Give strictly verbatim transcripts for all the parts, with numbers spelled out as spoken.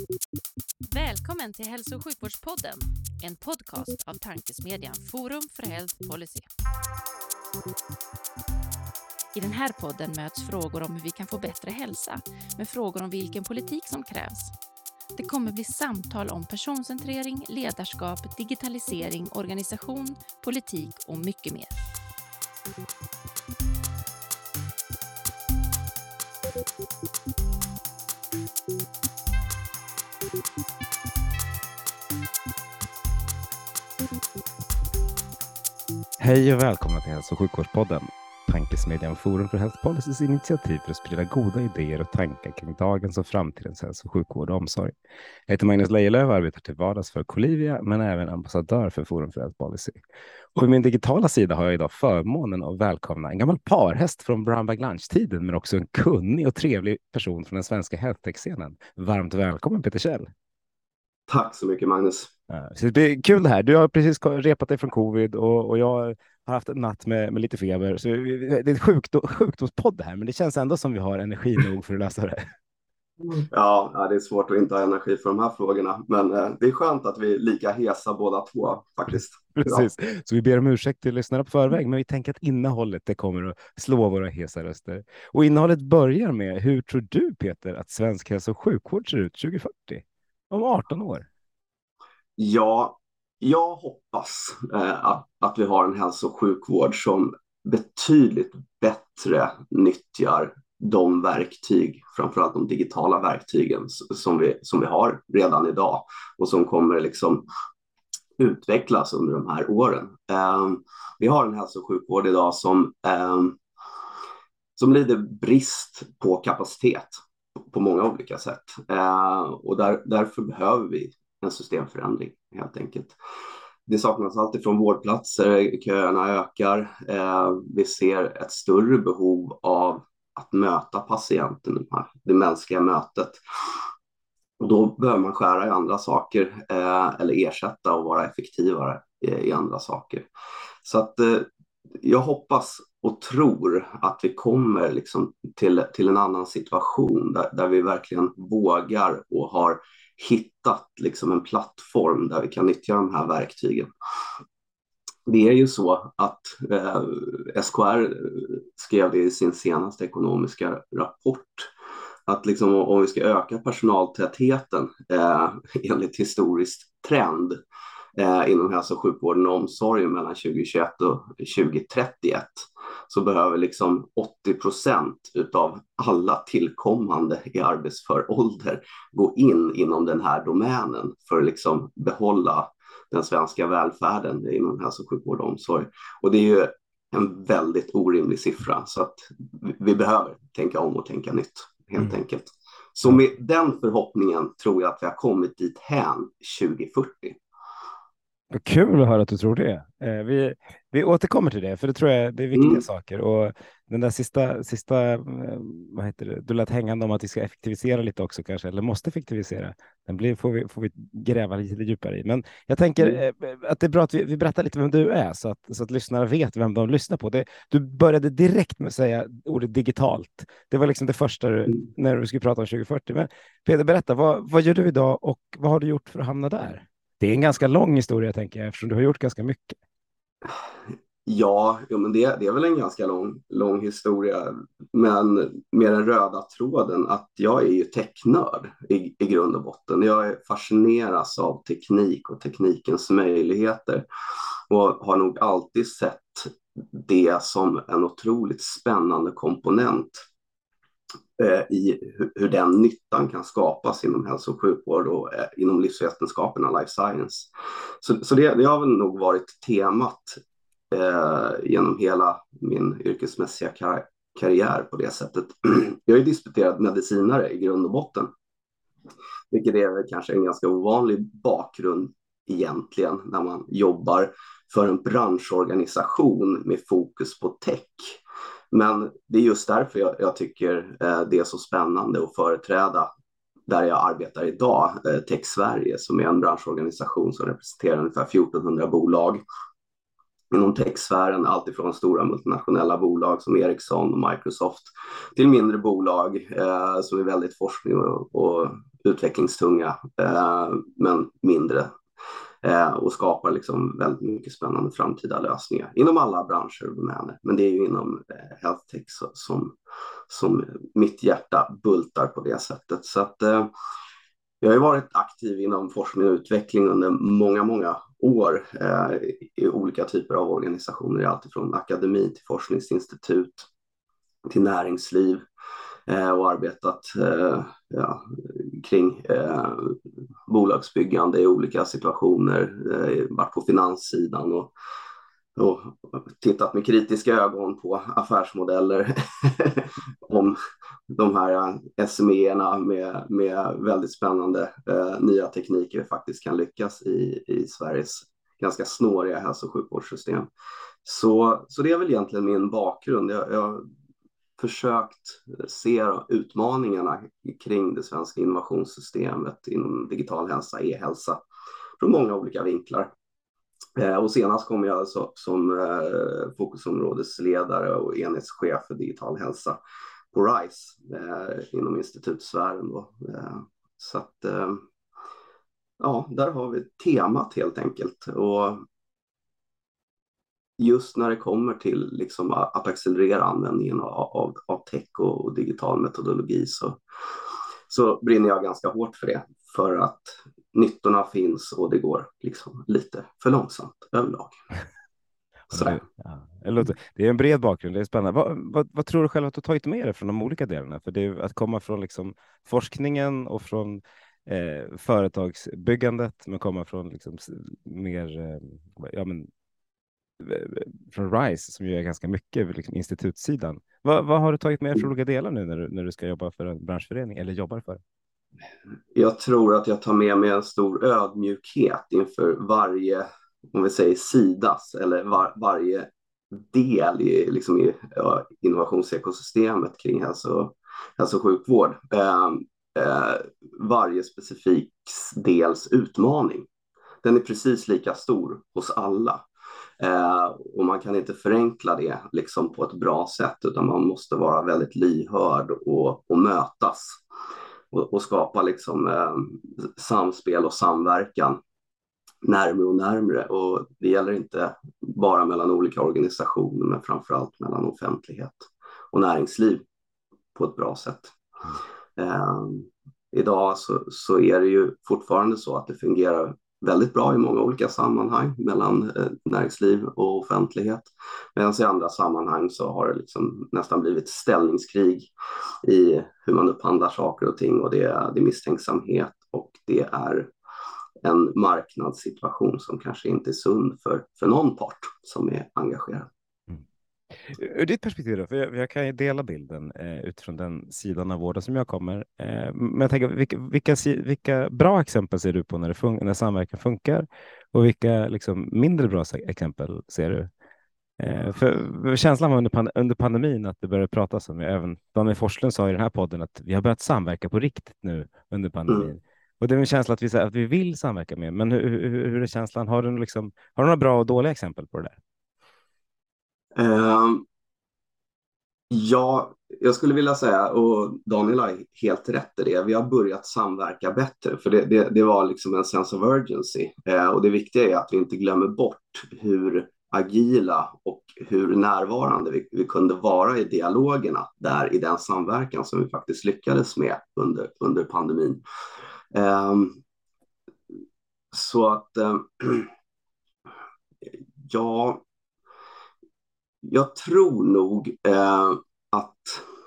Välkommen till Hälso- och sjukvårdspodden, en podcast av tankesmedjan Forum för Health Policy. I den här podden möts frågor om hur vi kan få bättre hälsa med frågor om vilken politik som krävs. Det kommer bli samtal om personcentrering, ledarskap, digitalisering, organisation, politik och mycket mer. Hej och välkomna till Hälso- och sjukvårdspodden, tankesmedjan Forum för Health Policys initiativ för att sprida goda idéer och tankar kring dagens och framtidens hälso- och sjukvård och omsorg. Jag heter Magnus Lejelöw och arbetar till vardags för Colivia, men även ambassadör för Forum för Health Policy. Och på min digitala sida har jag idag förmånen att välkomna en gammal parhäst från Brown Bag Lunch-tiden, men också en kunnig och trevlig person från den svenska healthtech-scenen. Varmt välkommen Peter Kjell. Tack så mycket Magnus. Så det blir kul det här. Du har precis repat dig från covid och, och jag har haft en natt med, med lite feber. Så det är ett sjukdom, sjukdomspodd det här, men det känns ändå som vi har energi nog för att lösa det. Ja, ja, det är svårt att inte ha energi för de här frågorna, men eh, det är skönt att vi är lika hesa båda två faktiskt. Precis, ja. Så vi ber om ursäkt till lyssnarna på förväg, men vi tänker att innehållet det kommer att slå våra hesa röster. Och innehållet börjar med, hur tror du Peter att svensk hälso- och sjukvård ser ut tjugo fyrtio? Om arton år? Ja, jag hoppas eh, att, att vi har en hälso- och sjukvård som betydligt bättre nyttjar de verktyg, framförallt de digitala verktygen som vi, som vi har redan idag och som kommer liksom utvecklas under de här åren. Eh, vi har en hälso- och sjukvård idag som, eh, som lider brist på kapacitet på många olika sätt. Eh, och där, därför behöver vi en systemförändring helt enkelt. Det saknas alltid från vårdplatser, köerna ökar. Eh, vi ser ett större behov av att möta patienten, det mänskliga mötet. Och då behöver man skära i andra saker eh, eller ersätta och vara effektivare i, i andra saker. Så att eh, jag hoppas och tror att vi kommer liksom till, till en annan situation där, där vi verkligen vågar och har hittat liksom en plattform där vi kan nyttja de här verktygen. Det är ju så att eh, S K R skrev det i sin senaste ekonomiska rapport att liksom, om vi ska öka personaltätheten eh, enligt historisk trend eh, inom hälso- och sjukvården och omsorgen mellan tjugohundratjugoett och tjugohundratrettioett så behöver liksom åttio procent utav alla tillkommande i arbetsför ålder gå in inom den här domänen för att liksom behålla den svenska välfärden inom hälso- och sjukvård och omsorg. Och det är ju en väldigt orimlig siffra, så att vi behöver tänka om och tänka nytt helt mm. enkelt. Så med den förhoppningen tror jag att vi har kommit dit hän tjugo fyrtio. Vad kul att höra att du tror det. Eh, vi, vi återkommer till det, för det tror jag det är viktiga mm. saker. Och den där sista, sista eh, vad heter det? Du lät hängande om att vi ska effektivisera lite också kanske, eller måste effektivisera. Den blir, får, vi, får vi gräva lite djupare i. Men jag tänker mm. eh, att det är bra att vi, vi berättar lite vem du är, så att, så att lyssnarna vet vem de lyssnar på. Det, du började direkt med att säga ordet digitalt. Det var liksom det första du, mm. när du skulle prata om tjugo fyrtio. Men Peter, berätta, vad, vad gör du idag och vad har du gjort för att hamna där? Det är en ganska lång historia, tänker jag, eftersom du har gjort ganska mycket. Ja, jo, men det, det är väl en ganska lång, lång historia, men med den röda tråden att jag är ju technörd i, i grund och botten. Jag är fascineras av teknik och teknikens möjligheter och har nog alltid sett det som en otroligt spännande komponent i hur den nyttan kan skapas inom hälso- och sjukvård och eh, inom livsvetenskaperna, life science. Så, så det, det har väl nog varit temat eh, genom hela min yrkesmässiga kar- karriär på det sättet. Jag är disputerad medicinare i grund och botten, vilket är kanske en ganska ovanlig bakgrund egentligen när man jobbar för en branschorganisation med fokus på tech. Men det är just därför jag, jag tycker eh, det är så spännande att företräda där jag arbetar idag, eh, Tech Sverige, som är en branschorganisation som representerar ungefär fjortonhundra bolag inom techsfären, alltifrån stora multinationella bolag som Ericsson och Microsoft till mindre bolag eh, som är väldigt forskning och, och utvecklingstunga eh, men mindre eh, och skapar liksom väldigt mycket spännande framtida lösningar inom alla branscher och domäner. Men det är ju inom eh, health tech så, som, som mitt hjärta bultar på det sättet. Så att eh, jag har ju varit aktiv inom forskning och utveckling under många, många år eh, i olika typer av organisationer, alltifrån akademi till forskningsinstitut till näringsliv eh, och arbetat eh, ja, kring eh, bolagsbyggande i olika situationer, eh, varit på finanssidan och, och tittat med kritiska ögon på affärsmodeller om de här S M E-erna med, med väldigt spännande eh, nya tekniker faktiskt kan lyckas i, i Sveriges ganska snåriga hälso- och sjukvårdssystem. Så, så det är väl egentligen min bakgrund. Jag, jag har försökt se utmaningarna kring det svenska innovationssystemet inom digital hälsa, e-hälsa, från många olika vinklar. Eh, och senast kom jag så, som eh, fokusområdesledare och enhetschef för digital hälsa på RISE eh, inom institutsfären. Då. Eh, så att eh, ja, där har vi temat helt enkelt. Och just när det kommer till liksom att accelerera användningen av, av, av tech och, och digital metodologi så, så brinner jag ganska hårt för det. För att nyttorna finns och det går liksom lite för långsamt överlag. Det, ja, det, låter, det är en bred bakgrund, det är spännande. Vad, vad, vad tror du själv att du tagit med dig från de olika delarna? För det är att komma från liksom forskningen och från eh, företagsbyggandet, men komma från liksom mer eh, ja, men, från RISE som ju är ganska mycket liksom, institutssidan. Vad, vad har du tagit med dig från olika delar nu när du, när du ska jobba för en branschförening eller jobbar för? Jag tror att jag tar med mig en stor ödmjukhet inför varje, om vi säger sidas eller var, varje del i, liksom i ja, innovationsekosystemet kring hälso, hälso- och sjukvård. Eh, eh, varje specifik dels utmaning. Den är precis lika stor hos alla. Eh, och man kan inte förenkla det liksom på ett bra sätt, utan man måste vara väldigt lyhörd och, och mötas och, och skapa liksom, eh, samspel och samverkan närmare och närmare. Och det gäller inte bara mellan olika organisationer, men framförallt mellan offentlighet och näringsliv på ett bra sätt. Eh, idag så, så är det ju fortfarande så att det fungerar väldigt bra i många olika sammanhang mellan eh, näringsliv och offentlighet. Medan i andra sammanhang så har det liksom nästan blivit ställningskrig i hur man upphandlar saker och ting, och det är, det är misstänksamhet och det är en marknadssituation som kanske inte är sund för, för någon part som är engagerad. Ur ditt perspektiv då, för jag, jag kan ju dela bilden eh, utifrån den sidan av vården som jag kommer. Eh, men jag tänker, vilka, vilka, vilka bra exempel ser du på när, det fun- när samverkan funkar och vilka liksom, mindre bra exempel ser du? Eh, för känslan var under, pand- under pandemin att det började pratas om, även Daniel Forslund sa i den här podden att vi har börjat samverka på riktigt nu under pandemin. Mm. Och det är en känsla att vi, att vi vill samverka med, men hur, hur, hur är känslan? Har du, liksom, har du några bra och dåliga exempel på det där? Um, ja, jag skulle vilja säga, och Daniel har helt rätt i det, vi har börjat samverka bättre, för det, det, det var liksom en sense of urgency. Uh, och det viktiga är att vi inte glömmer bort hur agila och hur närvarande vi, vi kunde vara i dialogerna där i den samverkan som vi faktiskt lyckades med under, under pandemin. Um, så att um, ja, jag tror nog eh, att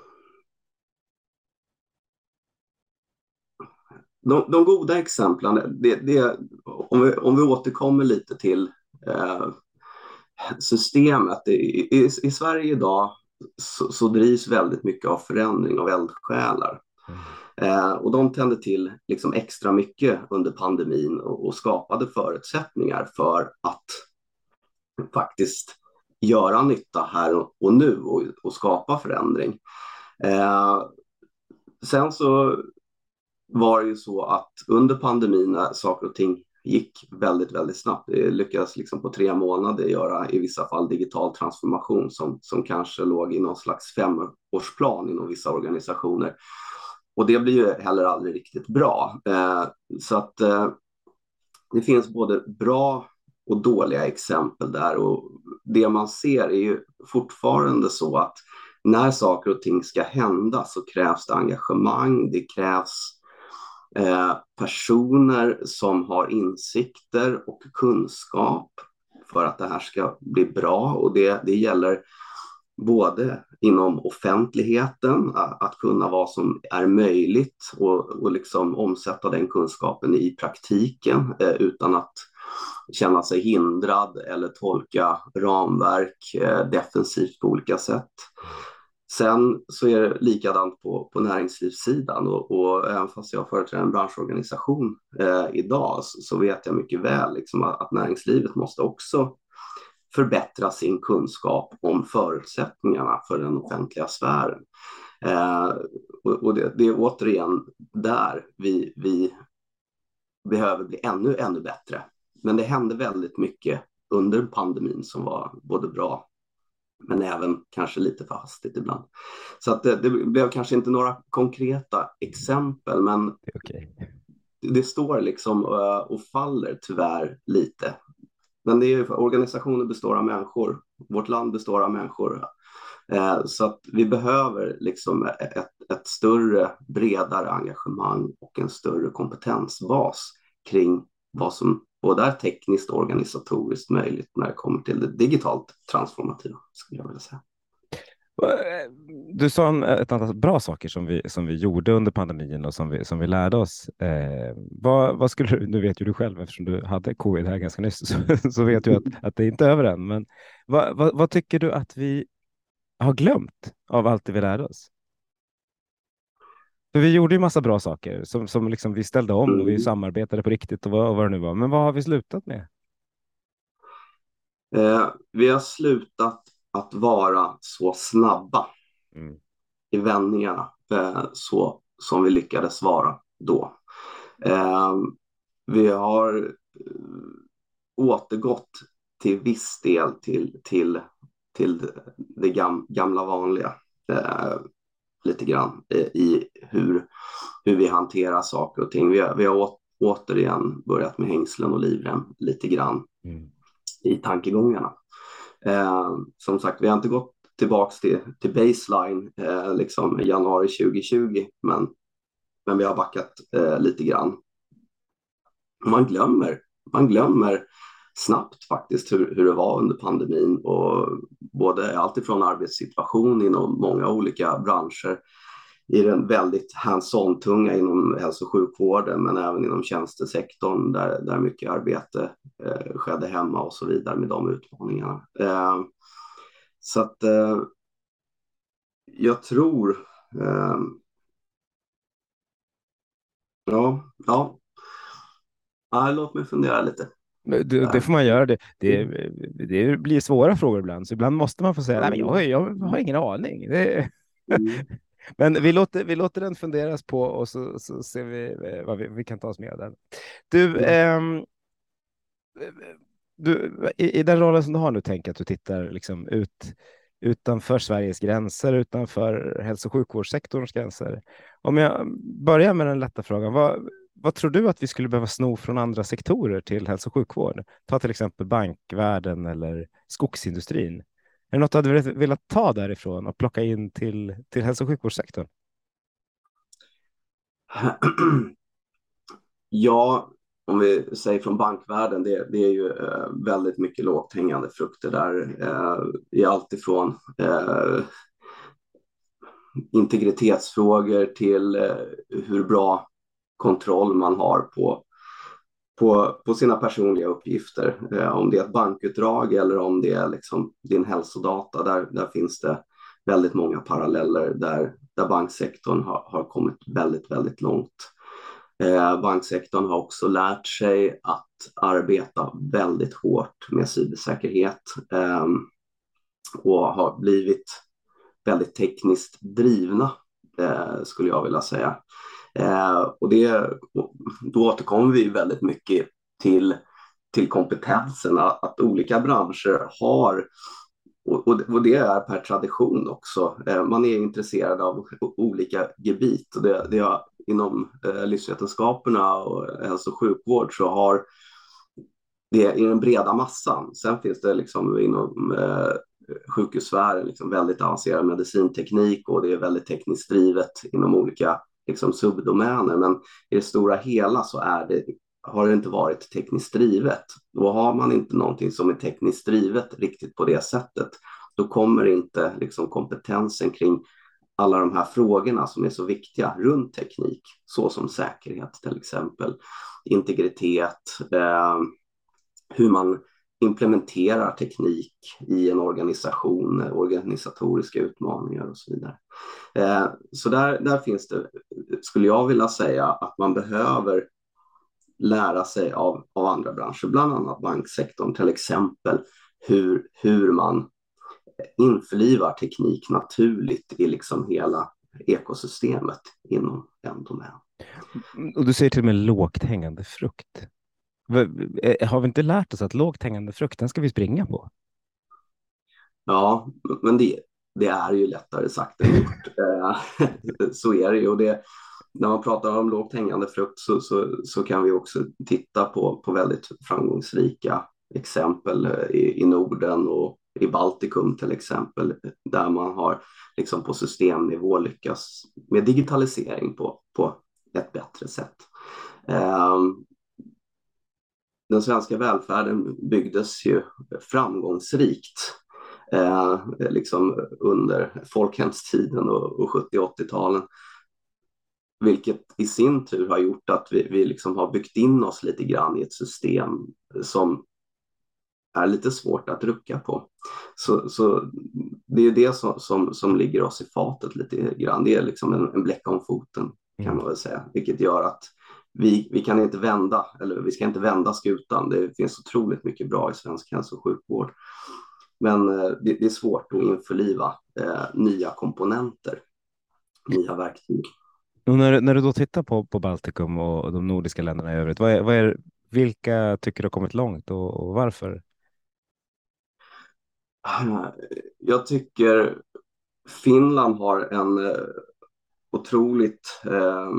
de, de goda exemplen, det, det, om, vi, om vi återkommer lite till eh, systemet. I, i, I Sverige idag så, så drivs väldigt mycket av förändring av eldsjälar. Mm. Eh, och de tände till liksom extra mycket under pandemin och, och skapade förutsättningar för att faktiskt göra nytta här och nu och, och skapa förändring. Eh, sen så var det ju så att under pandemin när saker och ting gick väldigt, väldigt snabbt. Det lyckades liksom på tre månader göra i vissa fall digital transformation som, som kanske låg i någon slags femårsplan inom vissa organisationer. och det blir ju heller aldrig riktigt bra. Eh, så att eh, det finns både bra och dåliga exempel där, och det man ser är ju fortfarande så att när saker och ting ska hända så krävs det engagemang, det krävs eh, personer som har insikter och kunskap för att det här ska bli bra, och det, det gäller både inom offentligheten, att kunna vad som är möjligt och, och liksom omsätta den kunskapen i praktiken eh, utan att känna sig hindrad eller tolka ramverk eh, defensivt på olika sätt. Sen så är det likadant på, på näringslivssidan, och, och även fast jag företräder en branschorganisation eh, idag så, så vet jag mycket väl liksom, att, att näringslivet måste också förbättra sin kunskap om förutsättningarna för den offentliga sfären. Eh, och och det, det är återigen där vi, vi behöver bli ännu, ännu bättre. Men det hände väldigt mycket under pandemin som var både bra men även kanske lite för hastigt ibland. Så att det, det blev kanske inte några konkreta exempel, men okay. det, det står liksom och faller tyvärr lite. Men det är ju, organisationer består av människor, vårt land består av människor. Eh, så att vi behöver liksom ett, ett större, bredare engagemang och en större kompetensbas kring vad som både är tekniskt och organisatoriskt möjligt när det kommer till det digitalt transformativa, skulle jag vilja säga. Du sa en, ett antal bra saker som vi, som vi gjorde under pandemin och som vi, som vi lärde oss. Eh, vad, vad skulle du, nu vet ju du själv eftersom du hade covid här ganska nyss, så, så vet du att, att det inte är över än. Men vad, vad, vad tycker du att vi har glömt av allt det vi lärde oss? För vi gjorde ju massa bra saker som, som liksom vi ställde om och vi samarbetade på riktigt och vad, och vad det nu var. Men vad har vi slutat med? Eh, vi har slutat att vara så snabba mm. i vändningarna eh, så som vi lyckades vara då. Eh, vi har eh, återgått till viss del till, till, till det gam, gamla vanliga eh, lite grann eh, i hur, hur vi hanterar saker och ting. Vi har, vi har å, återigen börjat med hängslen och livrem lite grann mm. i tankegångarna. Eh, som sagt, vi har inte gått tillbaks till, till baseline eh, liksom i januari tjugo tjugo, men, men vi har backat eh, lite grann. Man glömmer, man glömmer snabbt faktiskt hur, hur det var under pandemin, och både alltifrån arbetssituation inom många olika branscher, i den väldigt hands-on-tunga inom hälso- och sjukvården, men även inom tjänstesektorn där, där mycket arbete eh, skedde hemma och så vidare med de utmaningarna. Eh, så att eh, jag tror eh, ja, ja, ja, låt mig fundera lite. Det, det får man göra. Det, det, det blir svåra frågor ibland, så ibland måste man få säga nej, men jag, jag har ingen aning. Det... Mm. Men vi låter, vi låter den funderas på, och så, så ser vi vad vi, vi kan ta oss med där. Du, mm. eh, du i, i den rollen som du har nu, tänker att du tittar liksom ut utanför Sveriges gränser, utanför hälso- och sjukvårdssektorns gränser. Om jag börjar med den lätta frågan, vad, vad tror du att vi skulle behöva sno från andra sektorer till hälso- och sjukvård? Ta till exempel bankvärlden eller skogsindustrin. Är det något du hade velat ta därifrån och plocka in till, till hälso- och sjukvårdssektorn? Ja, om vi säger från bankvärlden, det, det är ju eh, väldigt mycket lågt hängande frukter där. Eh, i allt ifrån eh, integritetsfrågor till eh, hur bra kontroll man har på, på, på sina personliga uppgifter. Eh, om det är ett bankutdrag eller om det är liksom din hälsodata, där, där finns det väldigt många paralleller där, där banksektorn har, har kommit väldigt, väldigt långt. Eh, banksektorn har också lärt sig att arbeta väldigt hårt med cybersäkerhet eh, och har blivit väldigt tekniskt drivna, eh, skulle jag vilja säga. Eh, och det, då återkommer vi väldigt mycket till, till kompetensen, att, att olika branscher har och, och det är per tradition också. Man är intresserad av olika gebit. Och det, det är, inom livsvetenskaperna och hälso- och sjukvård så har det i den breda massan. Sen finns det liksom inom eh, sjukhussfären liksom väldigt avancerad medicinteknik och det är väldigt tekniskt drivet inom olika liksom, subdomäner. Men i det stora hela så är det, har det inte varit tekniskt drivet. Och har man inte någonting som är tekniskt drivet riktigt på det sättet, då kommer inte liksom, kompetensen kring alla de här frågorna som är så viktiga runt teknik, så som säkerhet till exempel, integritet, eh, hur man implementerar teknik i en organisation, organisatoriska utmaningar och så vidare. Eh, så där, där finns det, skulle jag vilja säga, att man behöver lära sig av, av andra branscher, bland annat banksektorn till exempel, hur, hur man införlivar teknik naturligt i liksom hela ekosystemet inom en domän. Och du säger till och med lågt hängande frukt. Har vi inte lärt oss att lågt hängande frukt, den ska vi springa på? Ja, men det, det är ju lättare sagt än gjort. Så är det ju. Och det, när man pratar om lågt hängande frukt så, så, så kan vi också titta på, på väldigt framgångsrika exempel i, i Norden och i Baltikum till exempel, där man har liksom på systemnivå lyckats med digitalisering på, på ett bättre sätt. Um, Den svenska välfärden byggdes ju framgångsrikt eh, liksom under folkhemstiden och, och sjuttio- och åttio-talen. Vilket i sin tur har gjort att vi, vi liksom har byggt in oss lite grann i ett system som är lite svårt att rucka på. Så, så det är det som, som, som ligger oss i fatet lite grann. Det är liksom en, en bläck om foten kan man väl säga. Vilket gör att Vi, vi kan inte vända, eller vi ska inte vända skutan. Det finns otroligt mycket bra i svensk hälso- och sjukvård. Men eh, det, det är svårt att införliva eh, nya komponenter, nya verktyg. Och när, när du då tittar på, på Baltikum och de nordiska länderna i övrigt, vad är, vad är, vilka tycker du har kommit långt och, och varför? Jag tycker Finland har en eh, otroligt eh,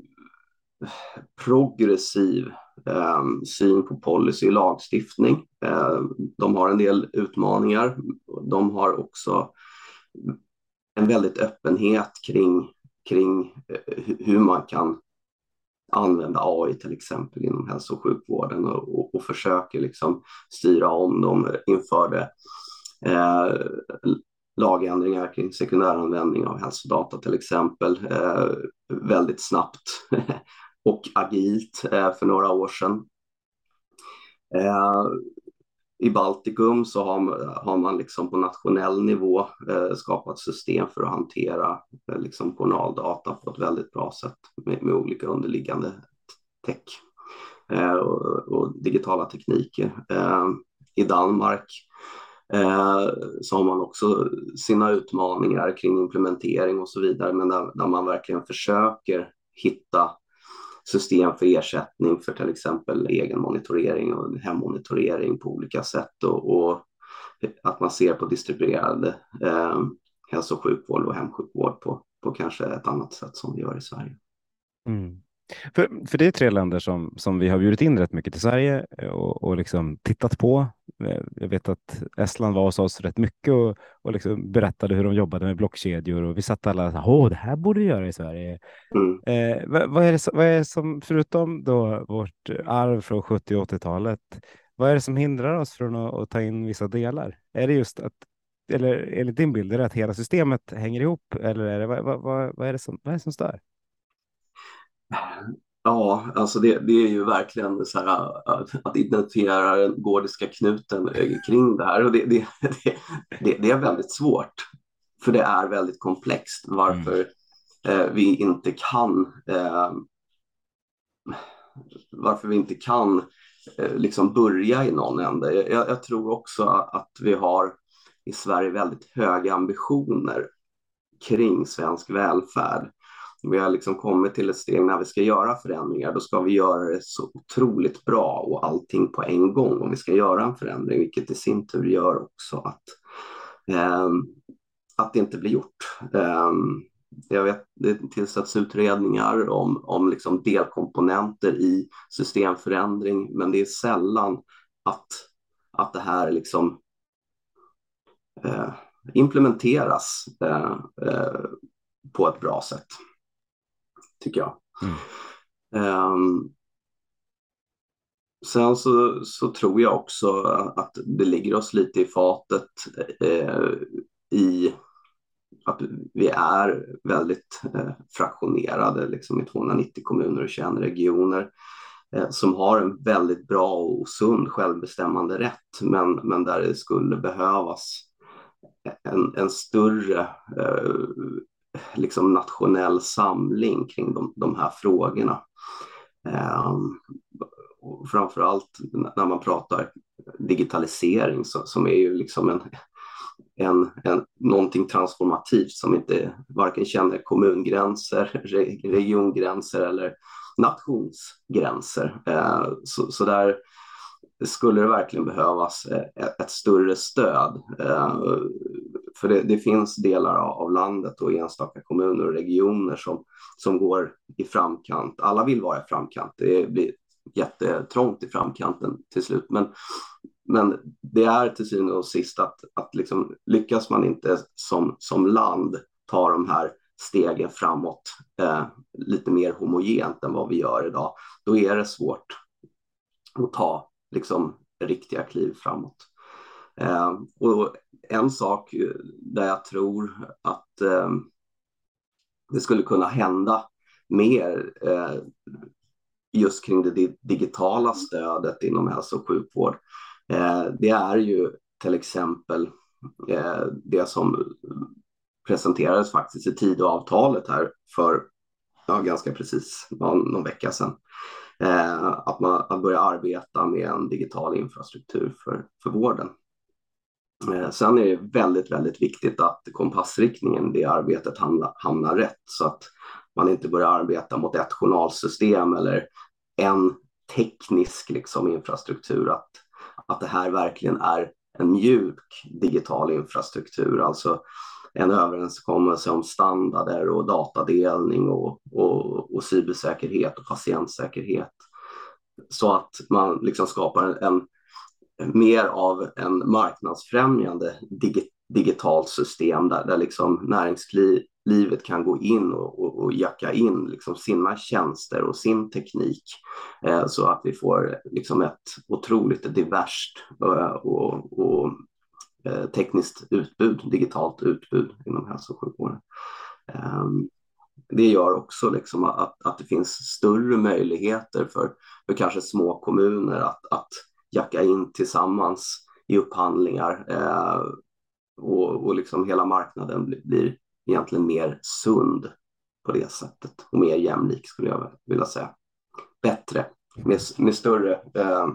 progressiv eh, syn på policy och lagstiftning. Eh, de har en del utmaningar. De har också en väldigt öppenhet kring, kring eh, hur man kan använda A I till exempel inom hälso- och sjukvården och, och, och försöker liksom styra om. De införde eh, lagändringar kring sekundäranvändning av hälsodata till exempel eh, väldigt snabbt och agilt eh, för några år sedan. Eh, I Baltikum så har man, har man liksom på nationell nivå eh, skapat system för att hantera eh, liksom journaldata på ett väldigt bra sätt med, med olika underliggande tech eh, och, och digitala tekniker. Eh, I Danmark Eh, så har man också sina utmaningar kring implementering och så vidare, men där, där man verkligen försöker hitta system för ersättning för till exempel egen monitorering och hemmonitorering på olika sätt och, och att man ser på distribuerad eh, hälso- och sjukvård och hemsjukvård på, på kanske ett annat sätt som vi gör i Sverige. Mm. För, för det är tre länder som, som vi har bjudit in rätt mycket till Sverige och, och liksom tittat på. Jag vet att Estland var hos oss rätt mycket och, och liksom berättade hur de jobbade med blockkedjor och vi satt alla så här, åh, det här borde vi göra i Sverige. Mm. Eh, vad, vad, är det, vad är det som, förutom då vårt arv från sjuttio- och åttiotalet, vad är det som hindrar oss från att, att ta in vissa delar? Är det just att, eller enligt din bild, är det att hela systemet hänger ihop eller är det, vad, vad, vad, är det som, vad är det som stör? Ja, alltså det, det är ju verkligen så här att identifiera den gordiska knuten kring det här och det, det, det, det är väldigt svårt för det är väldigt komplext varför mm. eh, vi inte kan eh, varför vi inte kan eh, liksom börja i någon ände. Jag, jag tror också att vi har i Sverige väldigt höga ambitioner kring svensk välfärd. Vi har liksom kommit till ett steg när vi ska göra förändringar, då ska vi göra det så otroligt bra och allting på en gång om vi ska göra en förändring, vilket i sin tur gör också att eh, att det inte blir gjort. Eh, jag vet, det tillsätts utredningar om, om liksom delkomponenter i systemförändring, men det är sällan att, att det här liksom eh, implementeras eh, eh, på ett bra sätt, tycker jag. Mm. Um, sen så, så tror jag också att det ligger oss lite i fatet eh, i att vi är väldigt eh, fraktionerade liksom i tvåhundranittio kommuner och tjugoett regioner eh, som har en väldigt bra och sund självbestämmande rätt, men, men där det skulle behövas en, en större eh, liksom nationell samling kring de, de här frågorna. Eh, och framförallt när man pratar digitalisering så, som är ju liksom en En, en, någonting transformativt som inte varken känner kommungränser, re, regiongränser eller nationsgränser. Eh, så, så där skulle det verkligen behövas ett, ett större stöd. Eh, för det, det finns delar av, av landet och enstaka kommuner och regioner som, som går i framkant. Alla vill vara i framkant. Det blir jättetrångt i framkanten till slut. Men Men det är till syvende och sist att, att liksom, lyckas man inte som, som land ta de här stegen framåt eh, lite mer homogent än vad vi gör idag, då är det svårt att ta liksom, riktiga kliv framåt. Eh, och en sak där jag tror att eh, det skulle kunna hända mer eh, just kring det digitala stödet inom hälso- och sjukvård, Eh, det är ju till exempel eh, det som presenterades faktiskt i Tidöavtalet här för ja, ganska precis någon, någon vecka sedan. Eh, att man att börja arbeta med en digital infrastruktur för, för vården. Eh, sen är det väldigt, väldigt viktigt att kompassriktningen, det arbetet hamnar, hamnar rätt, så att man inte börjar arbeta mot ett journalsystem eller en teknisk liksom, infrastruktur, att att det här verkligen är en mjuk digital infrastruktur, alltså en överenskommelse om standarder och datadelning och, och, och cybersäkerhet och patientsäkerhet, så att man liksom skapar en, en mer av en marknadsfrämjande dig, digitalt system där, där liksom näringslivet kan gå in och, och, och jacka in liksom sina tjänster och sin teknik, eh, så att vi får liksom ett otroligt diverst eh, och, och eh, tekniskt utbud, digitalt utbud inom hälso- och sjukvården. Eh, det gör också liksom att, att det finns större möjligheter för, för kanske små kommuner att, att jacka in tillsammans i upphandlingar, eh, och, och liksom hela marknaden blir, blir egentligen mer sund på det sättet och mer jämlik, skulle jag vilja säga. Bättre, med, med större eh,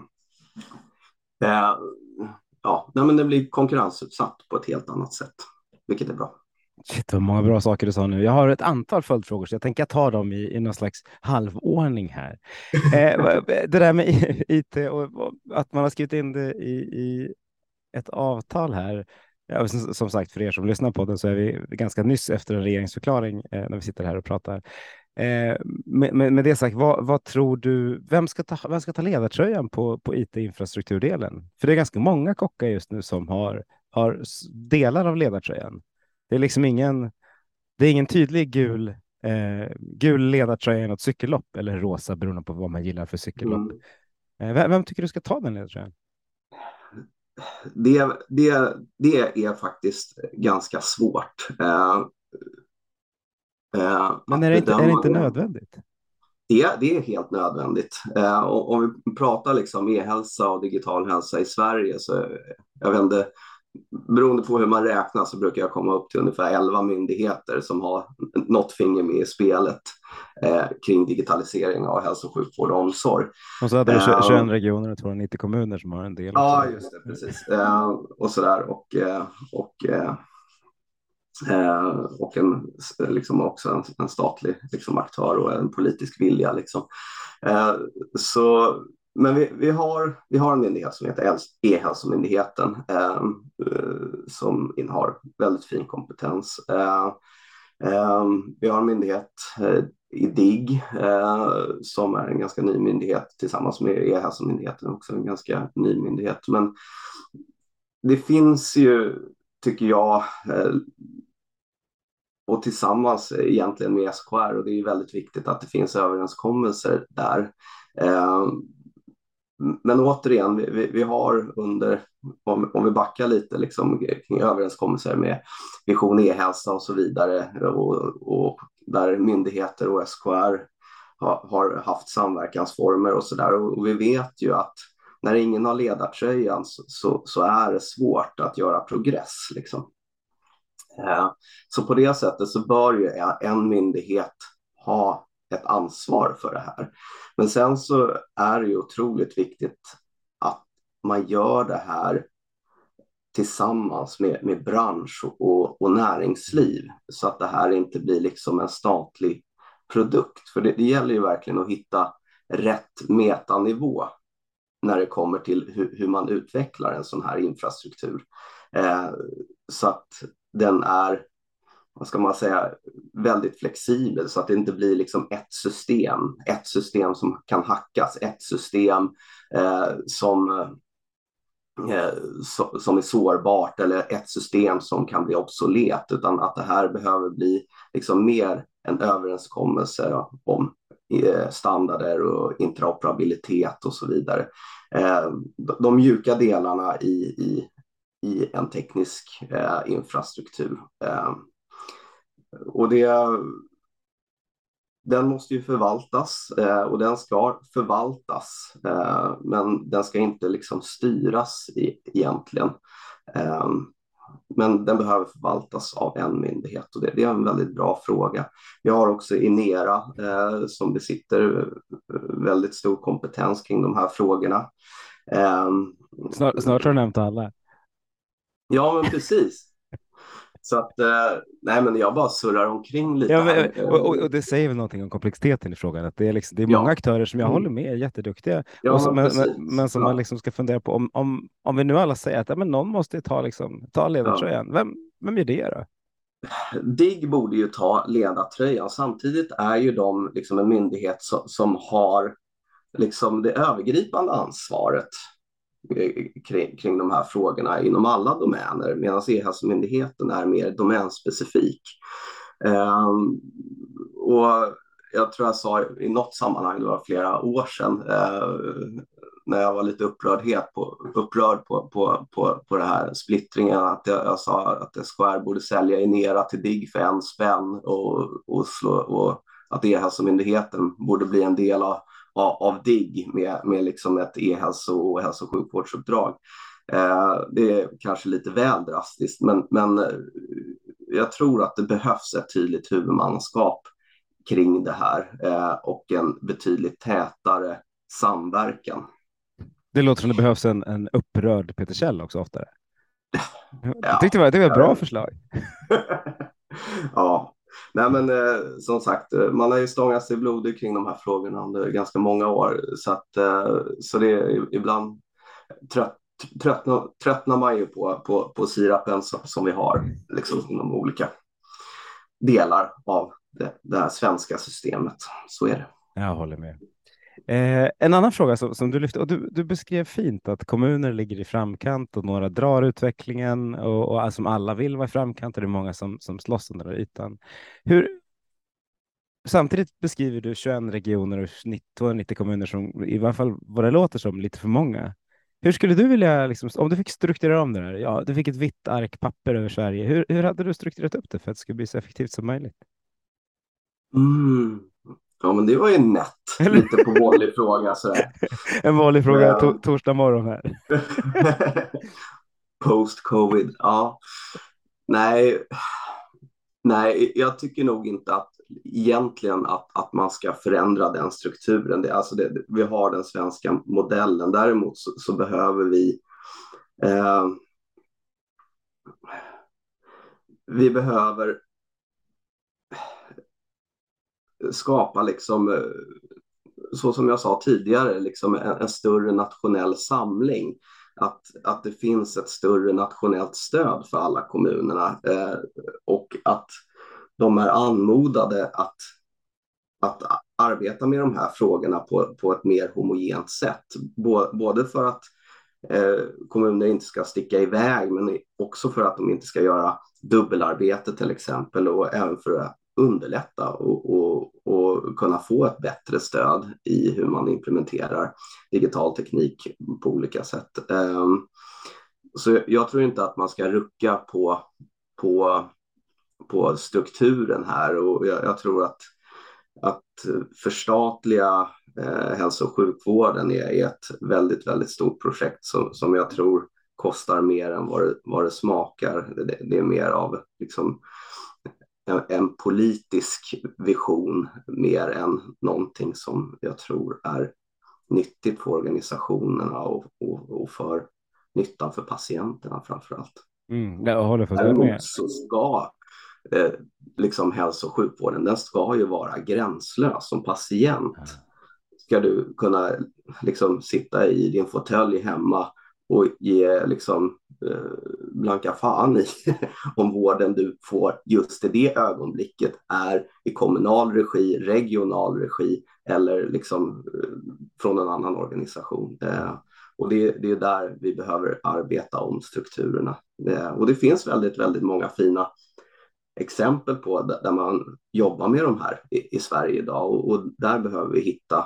eh, ja, nej, men det blir konkurrensutsatt på ett helt annat sätt, vilket är bra. Shit, vad många bra saker du sa nu. Jag har ett antal följdfrågor, så jag tänker ta dem i, i någon slags halvordning här. eh, det där med I T och, och att man har skrivit in det i, i ett avtal här. Ja, som, som sagt, för er som lyssnar på den så är vi ganska nyss efter en regeringsförklaring eh, när vi sitter här och pratar. Eh, med, med, med det sagt, vad, vad tror du, vem ska ta, vem ska ta ledartröjan på, på I T-infrastrukturdelen? För det är ganska många kockar just nu som har, har delar av ledartröjan. Det är liksom ingen, det är ingen tydlig gul, eh, gul ledartröja i något cykellopp, eller rosa beroende på vad man gillar för cykellopp. Mm. Eh, vem, vem tycker du ska ta den ledartröjan? Det, det, det är faktiskt ganska svårt. Eh, eh, Men är det, inte, är det inte nödvändigt? Det, det är helt nödvändigt. Eh, och, om vi pratar liksom e-hälsa och digital hälsa i Sverige, så jag vet inte, beroende på hur man räknar så brukar jag komma upp till ungefär elva myndigheter som har något finger med i spelet eh, kring digitalisering av hälso- och sjukvård och omsorg. Och så hade du tjugoett regioner och tvåhundranittio kommuner som har en del. Ja, just det, precis. Eh, och sådär. Och, eh, och, eh, och en, liksom också en, en statlig liksom, aktör och en politisk vilja. Liksom. Eh, så men vi, vi, har, vi har en myndighet som heter E-hälsomyndigheten eh, som har väldigt fin kompetens. Eh, eh, vi har en myndighet eh, i D I G eh, som är en ganska ny myndighet tillsammans med E-hälsomyndigheten, också en ganska ny myndighet. Men det finns ju, tycker jag, eh, och tillsammans egentligen med S K R, och det är väldigt viktigt att det finns överenskommelser där. Eh, men återigen, vi, vi har under, om, om vi backar lite liksom, kring överenskommelser med Vision e-hälsa och så vidare, och, och där myndigheter och S K R har, har haft samverkansformer och så där. Och, och vi vet ju att när ingen har ledartröjan så, så, så är det svårt att göra progress liksom. Så på det sättet så bör ju en myndighet ha ett ansvar för det här. Men sen så är det ju otroligt viktigt att man gör det här tillsammans med, med bransch och, och näringsliv, så att det här inte blir liksom en statlig produkt. För det, det gäller ju verkligen att hitta rätt metanivå när det kommer till hur, hur man utvecklar en sån här infrastruktur. Eh, så att den är, vad ska man säga, väldigt flexibel, så att det inte blir liksom ett system, ett system som kan hackas, ett system eh, som, eh, so, som är sårbart, eller ett system som kan bli obsolet, utan att det här behöver bli liksom mer en överenskommelse om eh, standarder och interoperabilitet och så vidare. Eh, de, de mjuka delarna i, i, i en teknisk eh, infrastruktur. Eh, Och det, den måste ju förvaltas eh, och den ska förvaltas, eh, men den ska inte liksom styras i, egentligen. Eh, men den behöver förvaltas av en myndighet, och det, det är en väldigt bra fråga. Vi har också Inera eh, som besitter väldigt stor kompetens kring de här frågorna. Eh, Snart, snart har du nämnt alla. Ja, men precis. Så att, eh, nej men jag bara surrar omkring lite Ja, men, här. och, och, och det säger väl någonting om komplexiteten i frågan, att det är, liksom, det är Ja. många aktörer som jag Mm. håller med är jätteduktiga, Ja, och som, men, men, men, precis. men som Ja. man liksom ska fundera på, om, om, om vi nu alla säger att ja, men någon måste ta, liksom, ta ledartröjan, ja. vem, vem gör det då? D I G borde ju ta ledartröjan. Samtidigt är ju de liksom en myndighet som, som har liksom det övergripande ansvaret kring, kring de här frågorna inom alla domäner, medan E-hälsomyndigheten är mer domänspecifik. Um, och jag tror jag sa i något sammanhang, det var flera år sedan, uh, när jag var lite upprördhet på, upprörd på, på, på, på det här splittringen, att jag, jag sa att S K R borde sälja Inera till D I G för en spänn, och, och, slå, och att E-hälsomyndigheten borde bli en del av, av D I G med, med liksom ett e-hälso- och hälso- och sjukvårdsuppdrag. Eh, det är kanske lite väl drastiskt, men, men jag tror att det behövs ett tydligt huvudmannaskap kring det här eh, och en betydligt tätare samverkan. Det låter som det behövs en, en upprörd Peter Kjell också oftare. Ja, jag tyckte det var, det var ett bra förslag. Ja, nej men eh, som sagt, man har ju stångat sig blodig kring de här frågorna under ganska många år, så att eh, så det är ibland trött, tröttnar, tröttnar man ju på, på, på sirapen som, som vi har liksom inom olika delar av det, det här svenska systemet. Så är det. Jag håller med. Eh, en annan fråga som, som du lyfte, och du, du beskrev fint att kommuner ligger i framkant och några drar utvecklingen, och, och alltså, alla vill vara i framkant, och det är många som, som slåss under den ytan. Hur, samtidigt beskriver du tjugoett regioner och tvåhundranittio kommuner som, i varje fall vad det låter som, lite för många. Hur skulle du vilja, liksom, om du fick strukturera om det här, ja, du fick ett vitt ark papper över Sverige, hur, hur hade du strukturerat upp det för att det skulle bli så effektivt som möjligt? Mm. Ja, men det var ju nätt. Lite på vanlig fråga. Sådär. En vanlig fråga Ja. to- torsdag morgon här. Post-covid, ja. Nej, nej, jag tycker nog inte att egentligen att, att man ska förändra den strukturen. Det, alltså det, vi har den svenska modellen. Däremot så, så behöver vi eh, vi behöver skapa liksom så som jag sa tidigare, liksom en, en större nationell samling. Att, att det finns ett större nationellt stöd för alla kommunerna eh, och att de är anmodade att, att arbeta med de här frågorna på, på ett mer homogent sätt. Både för att eh, kommuner inte ska sticka iväg, men också för att de inte ska göra dubbelarbete till exempel, och även för att underlätta och, och, och kunna få ett bättre stöd i hur man implementerar digital teknik på olika sätt. Um, så jag tror inte att man ska rucka på, på, på strukturen här, och jag, jag tror att, att förstatliga eh, hälso- och sjukvården är, är ett väldigt, väldigt stort projekt som, som jag tror kostar mer än vad det, vad det smakar. Det, det är mer av liksom en, en politisk vision mer än någonting som jag tror är nyttigt för organisationerna och, och, och för nyttan för patienterna framförallt. Mm, jag håller för Däremot så ska eh, liksom hälso- och sjukvården, den ska ju vara gränslös. Som patient ska du kunna liksom sitta i din fåtölj hemma och ge liksom eh, blanka fan i om vården du får just i det ögonblicket är i kommunal regi, regional regi eller liksom eh, från en annan organisation. Eh, och det, det är där vi behöver arbeta om strukturerna. Eh, och det finns väldigt, väldigt många fina exempel på där man jobbar med de här i, i Sverige idag, och, och där behöver vi hitta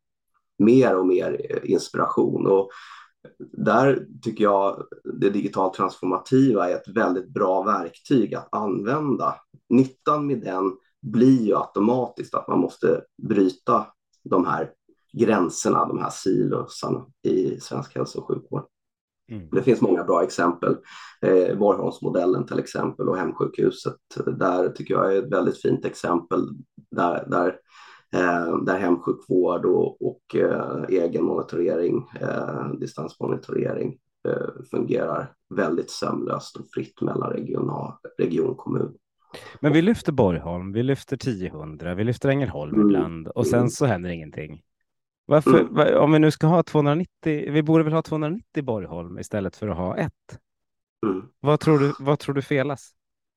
mer och mer inspiration. Och där tycker jag det digitalt transformativa är ett väldigt bra verktyg att använda. Nyttan med den blir ju automatiskt att man måste bryta de här gränserna, de här silosarna i svensk hälso- och sjukvård. Mm. Det finns många bra exempel. Eh, Borgholmsmodellen till exempel och hemsjukhuset. Där tycker jag är ett väldigt fint exempel där, där där hemsjukvård och, och eh, egen monitorering, eh, distansmonitorering eh, fungerar väldigt sömlöst och fritt mellan regional, region, kommun. Men vi lyfter Borgholm, vi lyfter tio hundra, vi lyfter Ängelholm mm. ibland och sen så händer ingenting. Varför, mm. var, om vi nu ska ha tvåhundranittio, vi borde väl ha tvåhundranittio Borgholm istället för att ha ett. Mm. Vad tror du, vad tror du felas?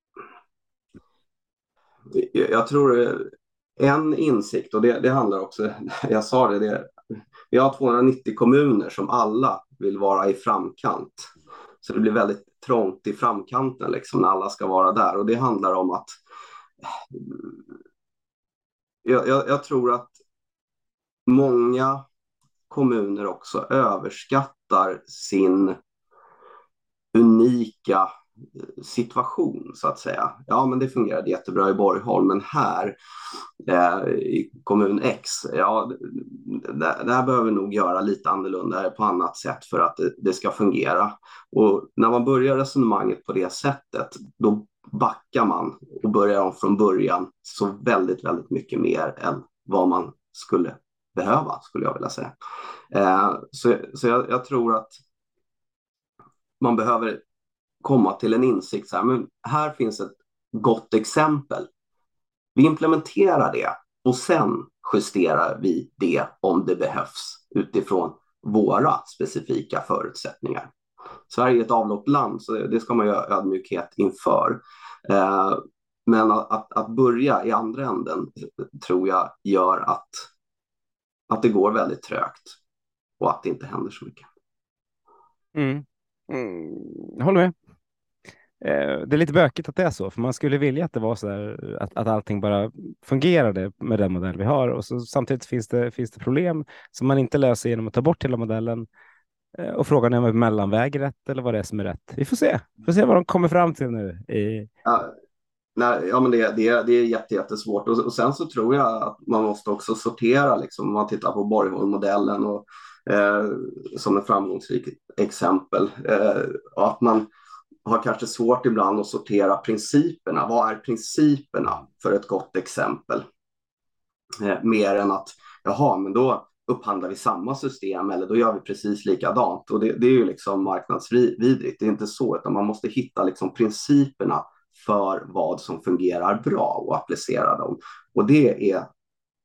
Jag, jag tror en insikt, och det, det handlar också, jag sa det, det, vi har tvåhundranittio kommuner som alla vill vara i framkant. Så det blir väldigt trångt i framkanten liksom, när alla ska vara där. Och det handlar om att jag, jag, jag tror att många kommuner också överskattar sin unika situation så att säga. Ja, men det fungerade jättebra i Borgholm, men här eh, i kommun X, ja, det, det här behöver vi nog göra lite annorlunda på annat sätt för att det, det ska fungera. Och när man börjar resonemanget på det sättet, då backar man och börjar om från början så väldigt, väldigt mycket mer än vad man skulle behöva, skulle jag vilja säga. Eh, så så jag, jag tror att man behöver komma till en insikt så här, men här finns ett gott exempel. Vi implementerar det och sen justerar vi det om det behövs utifrån våra specifika förutsättningar. Sverige är ett avlångt land, så det ska man ju ha ödmjukhet inför. Eh, men att, att, att börja i andra änden tror jag gör att, att det går väldigt trögt och att det inte händer så mycket. Mm. Mm. Jag håller med. Det är lite bökigt att det är så, för man skulle vilja att det var så här, att, att allting bara fungerade med den modell vi har, och så samtidigt finns det, finns det problem som man inte löser genom att ta bort hela modellen, och frågan är om en mellanväg är rätt eller vad det är som är rätt. Vi får se, vi får se vad de kommer fram till nu. I... Ja, nej, ja, men det, det, det är jätte, jättesvårt, och, och sen så tror jag att man måste också sortera liksom, om man tittar på Borgholm-modellen och, eh, som ett framgångsrikt exempel, eh, och att man har kanske svårt ibland att sortera principerna. Vad är principerna för ett gott exempel? Eh, mer än att, jaha, men då upphandlar vi samma system eller då gör vi precis likadant. Och det, det är ju liksom marknadsvidrigt. Det är inte så, utan man måste hitta liksom principerna för vad som fungerar bra och applicera dem. Och det är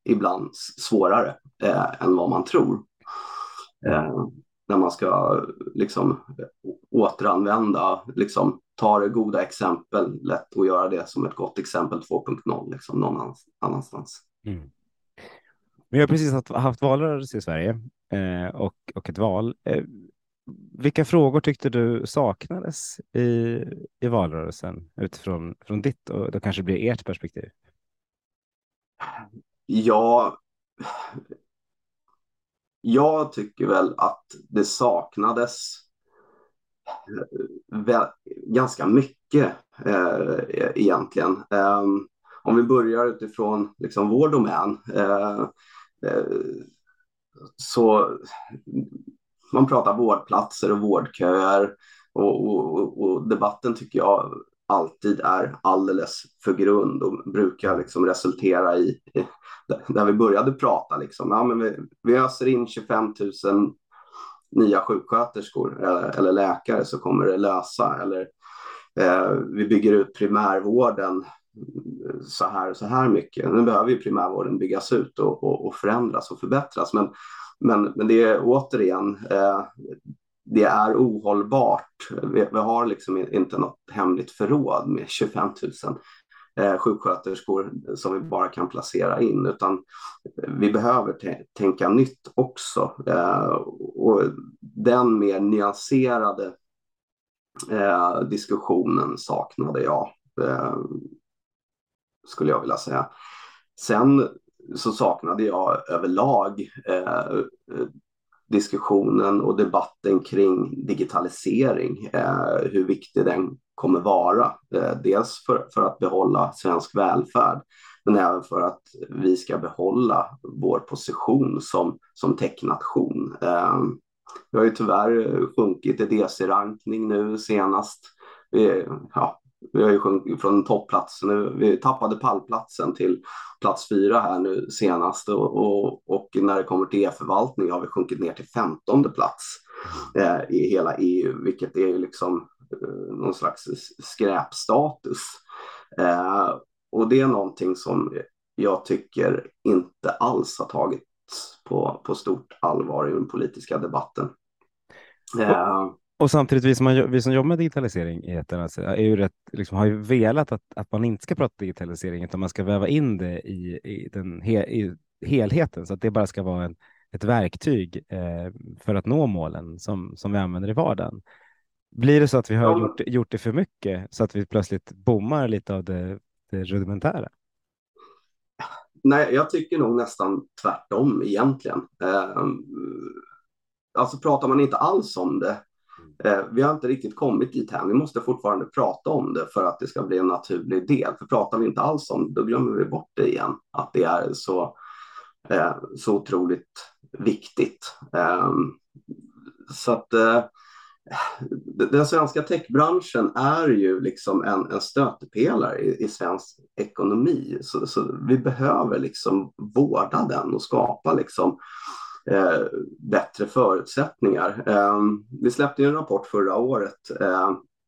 ibland svårare eh, än vad man tror. Eh, när man ska liksom återanvända, liksom ta det goda exempel lätt och göra det som ett gott exempel två punkt noll liksom någon annanstans. Mm. Vi har precis haft, haft valrörelse i Sverige eh, och, och ett val. Eh, vilka frågor tyckte du saknades i, i valrörelsen utifrån från ditt och då kanske blir ert perspektiv? Ja, jag tycker väl att det saknades väl, ganska mycket eh, egentligen. Eh, om vi börjar utifrån liksom vår domän eh, eh, så man pratar vårdplatser och vårdköer och, och, och debatten tycker jag alltid är alldeles för grund och brukar liksom resultera i, i där vi började prata liksom, ja, men vi, vi öser in tjugofem tusen nya sjuksköterskor eller, eller läkare så kommer det lösa, eller eh, vi bygger ut primärvården så här så här mycket. Nu behöver ju primärvården byggas ut och, och, och förändras och förbättras, men, men, men det är återigen eh, det är ohållbart. Vi, vi har liksom inte något hemligt förråd med tjugofem tusen eh, sjuksköterskor som vi bara kan placera in, utan vi behöver t- tänka nytt också. Eh, och den mer nyanserade eh, diskussionen saknade jag, eh, skulle jag vilja säga. Sen så saknade jag överlag eh, diskussionen och debatten kring digitalisering, eh, hur viktig den kommer vara. Eh, dels för, för att behålla svensk välfärd, men även för att vi ska behålla vår position som, som technation. Eh, vi har ju tyvärr sjunkit i D C-rankning nu senast. Vi, ja, vi har ju sjunkit från toppplats nu. Vi tappade pallplatsen till plats fyra här nu senast och, och, och när det kommer till e-förvaltning har vi sjunkit ner till femtonde plats eh, i hela E U, vilket är ju liksom eh, någon slags skräpstatus. Eh, och det är någonting som jag tycker inte alls har tagits på, på stort allvar i den politiska debatten. Eh, Och samtidigt, vi som, har, vi som jobbar med digitalisering i ett alltså, är ju rätt, liksom, har ju velat att, att man inte ska prata digitalisering utan man ska väva in det i, i, den he, i helheten så att det bara ska vara en, ett verktyg eh, för att nå målen som, som vi använder i vardagen. Blir det så att vi har Ja. gjort, gjort det för mycket så att vi plötsligt bommar lite av det, det rudimentära? Nej, jag tycker nog nästan tvärtom egentligen. Eh, alltså pratar man inte alls om det. Eh, vi har inte riktigt kommit dit här. Vi måste fortfarande prata om det för att det ska bli en naturlig del. För pratar vi inte alls om det, då glömmer vi bort det igen. Att det är så, eh, så otroligt viktigt. Eh, så att eh, den svenska techbranschen är ju liksom en, en stötepelare i, i svensk ekonomi. Så, så vi behöver liksom vårda den och skapa liksom eh, bättre förutsättningar. Eh, vi släppte ju en rapport förra året eh,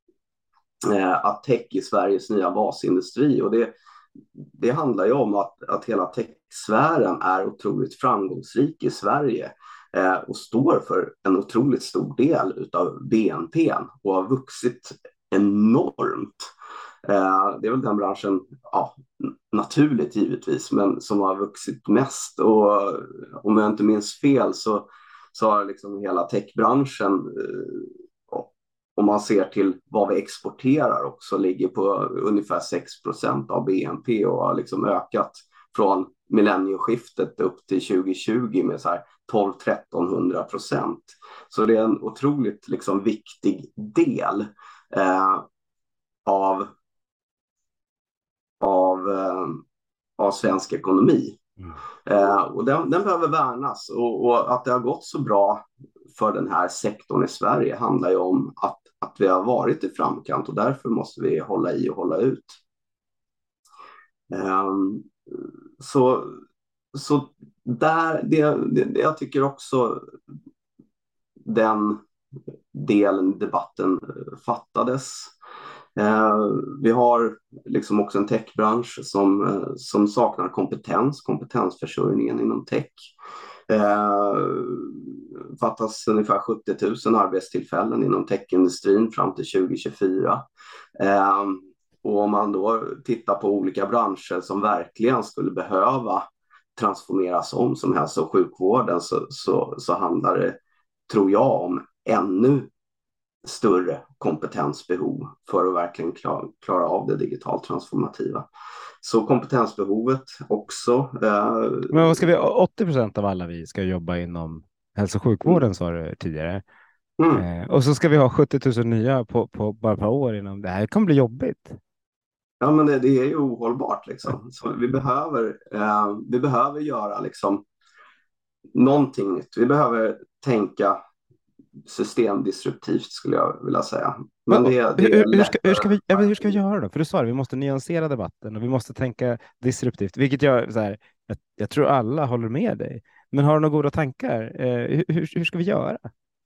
eh, att tech i Sveriges nya basindustri, och det, det handlar ju om att, att hela techsfären är otroligt framgångsrik i Sverige och står för en otroligt stor del av B N P och har vuxit enormt. Det är väl den branschen, ja, naturligt givetvis, men som har vuxit mest. Och om jag inte minns fel så, så har liksom hela techbranschen, om man ser till vad vi exporterar också, ligger på ungefär sex procent av B N P och har liksom ökat från millennieskiftet upp till tjugo tjugo med så här tolv till trettonhundra procent. Så det är en otroligt liksom viktig del eh, av, av, eh, av svensk ekonomi. Mm. Eh, och den, den behöver värnas, och, och att det har gått så bra för den här sektorn i Sverige handlar ju om att, att vi har varit i framkant, och därför måste vi hålla i och hålla ut. Eh, så Så där, det, det, jag tycker också den delen i debatten fattades. Eh, vi har liksom också en techbransch som, eh, som saknar kompetens, kompetensförsörjningen inom tech. Eh, fattas ungefär sjuttio tusen arbetstillfällen inom techindustrin fram till tjugo tjugofyra. Eh, och om man då tittar på olika branscher som verkligen skulle behöva transformeras om, som hälso- och sjukvården, så, så, så handlar det, tror jag, om ännu större kompetensbehov för att verkligen klara, klara av det digitalt transformativa. Så kompetensbehovet också. Eh... Men vad ska vi, åttio procent av alla vi ska jobba inom hälso- och sjukvården, mm. sa du tidigare. Mm. Eh, och så ska vi ha sjuttio tusen nya på, på bara ett par år inom det här. Det kommer bli jobbigt. Ja, men det, det är ju ohållbart liksom. Så vi behöver, eh, vi behöver göra liksom någonting nytt. Vi behöver tänka systemdisruptivt, skulle jag vilja säga. Men det, det hur, hur, ska, hur, ska vi, ja, hur ska vi göra då? För du sa det, vi måste nyansera debatten och vi måste tänka disruptivt, vilket jag, så här, jag, jag tror alla håller med dig. Men har du några goda tankar? Eh, hur, hur ska vi göra?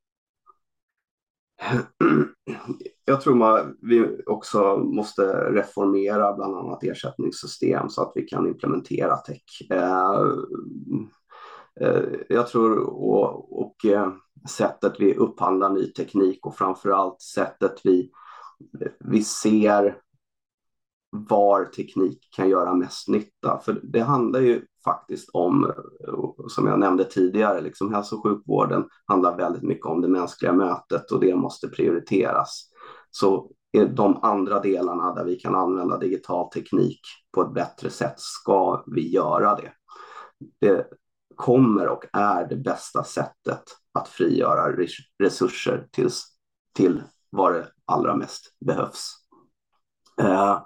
Jag tror man, vi också måste reformera bland annat ersättningssystem så att vi kan implementera tech. Eh, eh, jag tror och, och eh, sättet vi upphandlar ny teknik och framförallt sättet vi, vi ser var teknik kan göra mest nytta. För det handlar ju faktiskt om, som jag nämnde tidigare, liksom hälso- och sjukvården handlar väldigt mycket om det mänskliga mötet och det måste prioriteras. Så är de andra delarna där vi kan använda digital teknik på ett bättre sätt, ska vi göra det. Det kommer och är det bästa sättet att frigöra resurser till, till vad det allra mest behövs. Eh,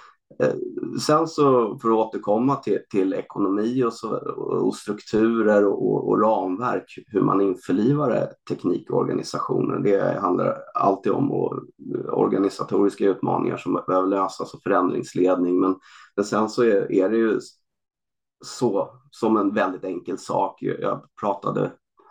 Sen så, för att återkomma till, till ekonomi och, så, och strukturer och, och ramverk, hur man införlivar teknikorganisationer, det handlar alltid om och, organisatoriska utmaningar som behöver lösas och förändringsledning. Men, men sen så är, är det ju så, som en väldigt enkel sak. Jag pratade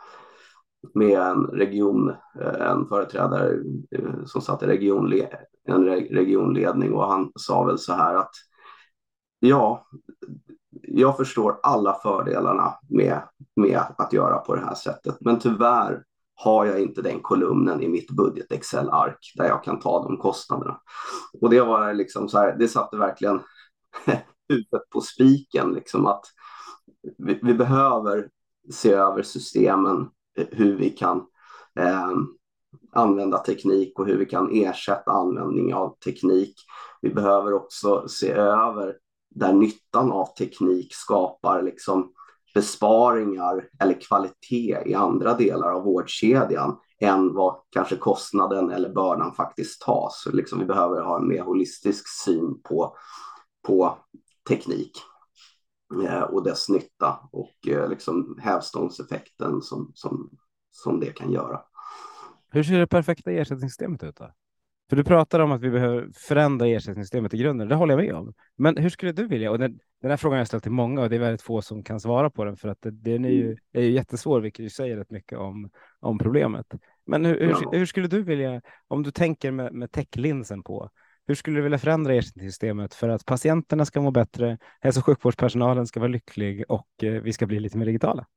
med en region, en företrädare som satt i regionled, en regionledning, och han sa väl så här att ja, jag förstår alla fördelarna med, med att göra på det här sättet, men tyvärr har jag inte den kolumnen i mitt budget Excel-ark där jag kan ta de kostnaderna. Och det var liksom så här, det satte verkligen huvudet på spiken, liksom att vi, vi behöver se över systemen, hur vi kan eh, använda teknik och hur vi kan ersätta användning av teknik. Vi behöver också se över där nyttan av teknik skapar liksom besparingar eller kvalitet i andra delar av vårdkedjan än vad kanske kostnaden eller bördan faktiskt tas. Så liksom vi behöver ha en mer holistisk syn på, på teknik och dess nytta och eh, liksom hävstångseffekten som, som, som det kan göra. Hur ser det perfekta ersättningssystemet ut då? För du pratar om att vi behöver förändra ersättningssystemet i grunden. Det håller jag med om. Men hur skulle du vilja? Och den, den här frågan har jag ställt till många och det är väldigt få som kan svara på den, för att den är ju, är ju jättesvår, vilket ju säger rätt mycket om, om problemet. Men hur, hur, Ja. hur skulle du vilja, om du tänker med, med techlinsen på, hur skulle du vilja förändra ersättningssystemet för att patienterna ska må bättre, hälso- och sjukvårdspersonalen ska vara lycklig och eh, vi ska bli lite mer digitala?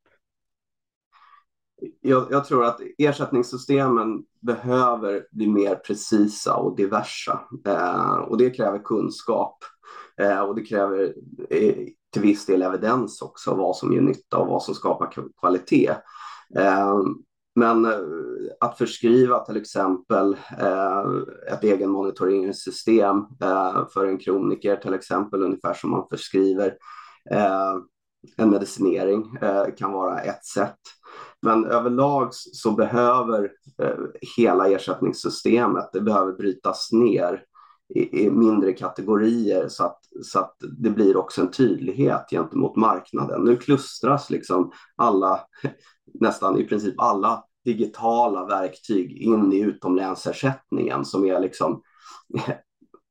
Jag, jag tror att ersättningssystemen behöver bli mer precisa och diversa. Eh, och det kräver kunskap. Eh, och det kräver eh, till viss del evidens också, vad som ger nytta och vad som skapar kvalitet. Eh, men eh, att förskriva till exempel eh, ett egen monitoreringssystem eh, för en kroniker till exempel, ungefär som man förskriver eh, en medicinering, eh, kan vara ett sätt. Men överlag så behöver eh, hela ersättningssystemet, det behöver brytas ner i, i mindre kategorier så att, så att det blir också en tydlighet gentemot marknaden. Nu klustras liksom alla, nästan i princip alla digitala verktyg in i utomlänsersättningen som är liksom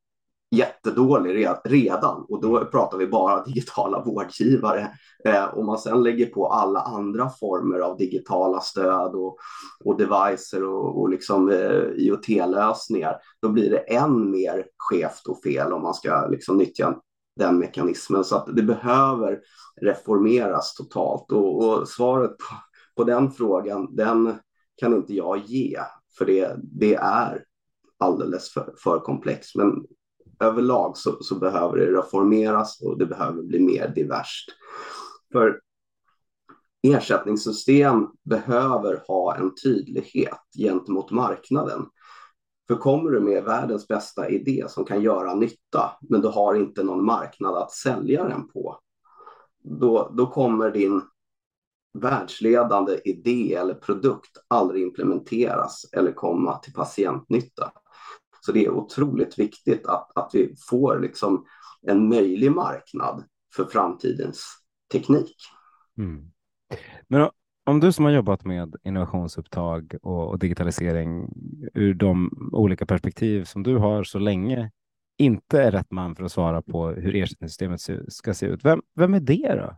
jättedålig redan, och då pratar vi bara digitala vårdgivare. Eh, om man sen lägger på alla andra former av digitala stöd och, och devicer och, och liksom eh, I O T-lösningar, då blir det än mer skevt och fel om man ska liksom nyttja den mekanismen. Så att det behöver reformeras totalt, och, och svaret på, på den frågan, den kan inte jag ge, för det, det är alldeles för, för komplext. Men överlag så, så behöver det reformeras, och det behöver bli mer diverst. För ersättningssystem behöver ha en tydlighet gentemot marknaden. För kommer du med världens bästa idé som kan göra nytta, men du har inte någon marknad att sälja den på, då, då kommer din världsledande idé eller produkt aldrig implementeras eller komma till patientnytta. Så det är otroligt viktigt att, att vi får liksom en möjlig marknad för framtidens teknik. Mm. Men om du som har jobbat med innovationsupptag och, och digitalisering ur de olika perspektiv som du har så länge inte är rätt man för att svara på hur ersättningssystemet se, ska se ut. Vem, vem är det då?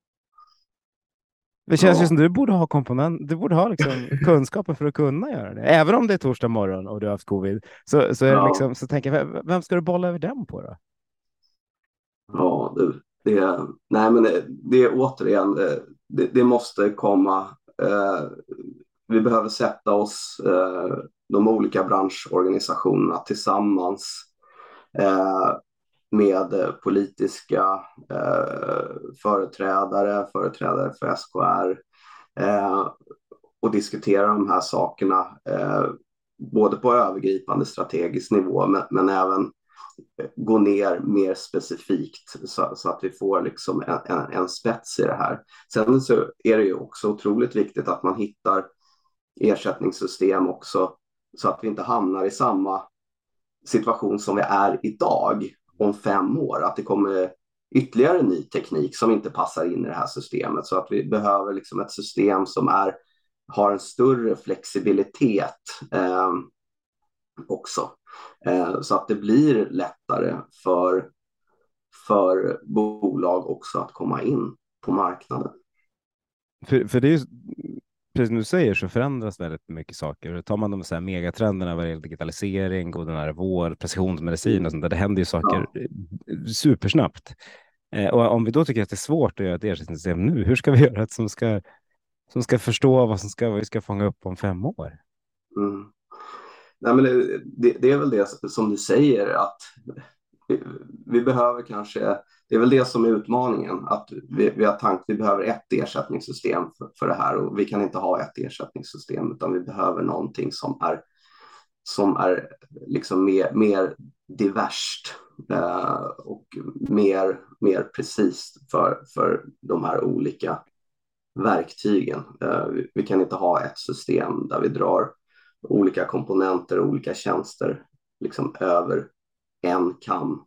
Det känns ja. ju som du borde ha komponent, du borde ha liksom kunskapen för att kunna göra det. Även om det är torsdag morgon och du har haft covid, så, så, är ja. det liksom, så tänker jag, vem ska du bolla över den på då? Ja, det, det, nej, men det, det är återigen, det, det måste komma. Eh, vi behöver sätta oss, eh, de olika branschorganisationerna tillsammans eh, med politiska eh, företrädare, företrädare för S K R eh, och diskutera de här sakerna eh, både på övergripande strategisk nivå, men, men även gå ner mer specifikt så, så att vi får liksom en, en, en spets i det här. Sen så är det ju också otroligt viktigt att man hittar ersättningssystem också, så att vi inte hamnar i samma situation som vi är idag om fem år, att det kommer ytterligare ny teknik som inte passar in i det här systemet, så att vi behöver liksom ett system som är, har en större flexibilitet eh, också, eh, så att det blir lättare för, för bolag också att komma in på marknaden. För, för det är ju, precis som du säger, så förändras väldigt mycket saker. Tar man de så här megatrenderna vad det gäller digitalisering och den här vård, precisionsmedicin och sånt där, det händer ju saker ja. supersnabbt. Eh, och om vi då tycker att det är svårt att göra ett ersättningssystem nu, hur ska vi göra ett som ska, som ska förstå vad som ska, vad vi ska fånga upp om fem år? Mm. Nej, men det, det, det är väl det som du säger, att vi, vi behöver kanske, det är väl det som är utmaningen, att vi, vi har tankt, vi behöver ett ersättningssystem för, för det här, och vi kan inte ha ett ersättningssystem, utan vi behöver någonting som är, som är liksom mer, mer diverst eh, och mer, mer precis för, för de här olika verktygen. Eh, vi, vi kan inte ha ett system där vi drar olika komponenter och olika tjänster liksom över en kam.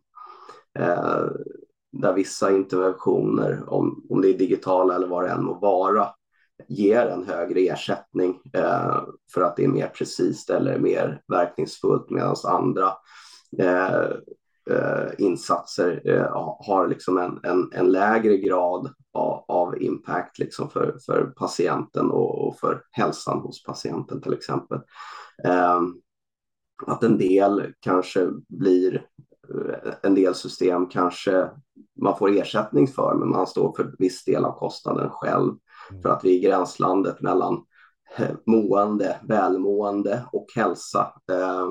Eh, där vissa interventioner, om, om det är digitala eller vad det än må vara, ger en högre ersättning eh, för att det är mer precis eller mer verkningsfullt, medan andra eh, eh, insatser eh, har liksom en, en, en lägre grad av, av impact liksom för, för patienten och, och för hälsan hos patienten till exempel. Eh, att en del kanske blir, en del system kanske man får ersättning för, men man står för viss del av kostnaden själv, för att vi är i gränslandet mellan mående, välmående och hälsa. Eh,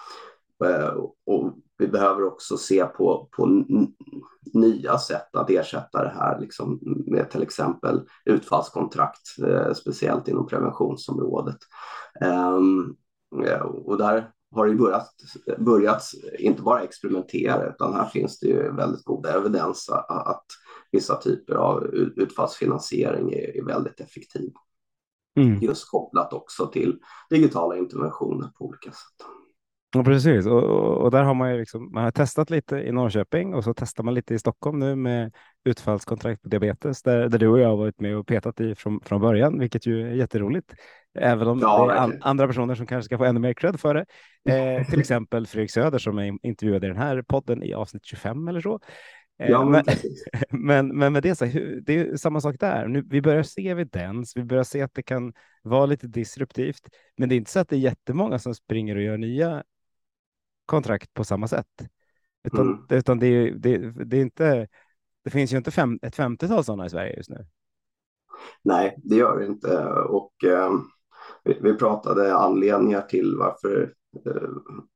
och vi behöver också se på, på n- nya sätt att ersätta det här, liksom med till exempel utfallskontrakt, eh, speciellt inom preventionsområdet. Eh, och där har det börjat, börjat inte bara experimentera, utan här finns det ju väldigt god evidens att, att vissa typer av utfallsfinansiering är, är väldigt effektiv. Mm. Just kopplat också till digitala interventioner på olika sätt. Ja, precis. Och, och, och där har man ju liksom, man har testat lite i Norrköping och så testar man lite i Stockholm nu med utfallskontrakt på diabetes där, där du och jag har varit med och petat i från, från början, vilket ju är jätteroligt. Även om det Ja, är an, verkligen. andra personer som kanske ska få ännu mer cred för det. Eh, till exempel Fredrik Söder som är intervjuad i den här podden i avsnitt tjugofem eller så. Ja, Eh, men men, precis. men, men med det så hur, det är samma sak där. Nu, vi börjar se evidens, vi börjar se att det kan vara lite disruptivt, men det är inte så att det är jättemånga som springer och gör nya kontrakt på samma sätt. Utan, Mm. utan det, är, det, det är inte, det finns ju inte fem, ett femtiotal sådana i Sverige just nu. Nej, det gör det inte. Och eh, vi, vi pratade anledningar till varför, eh,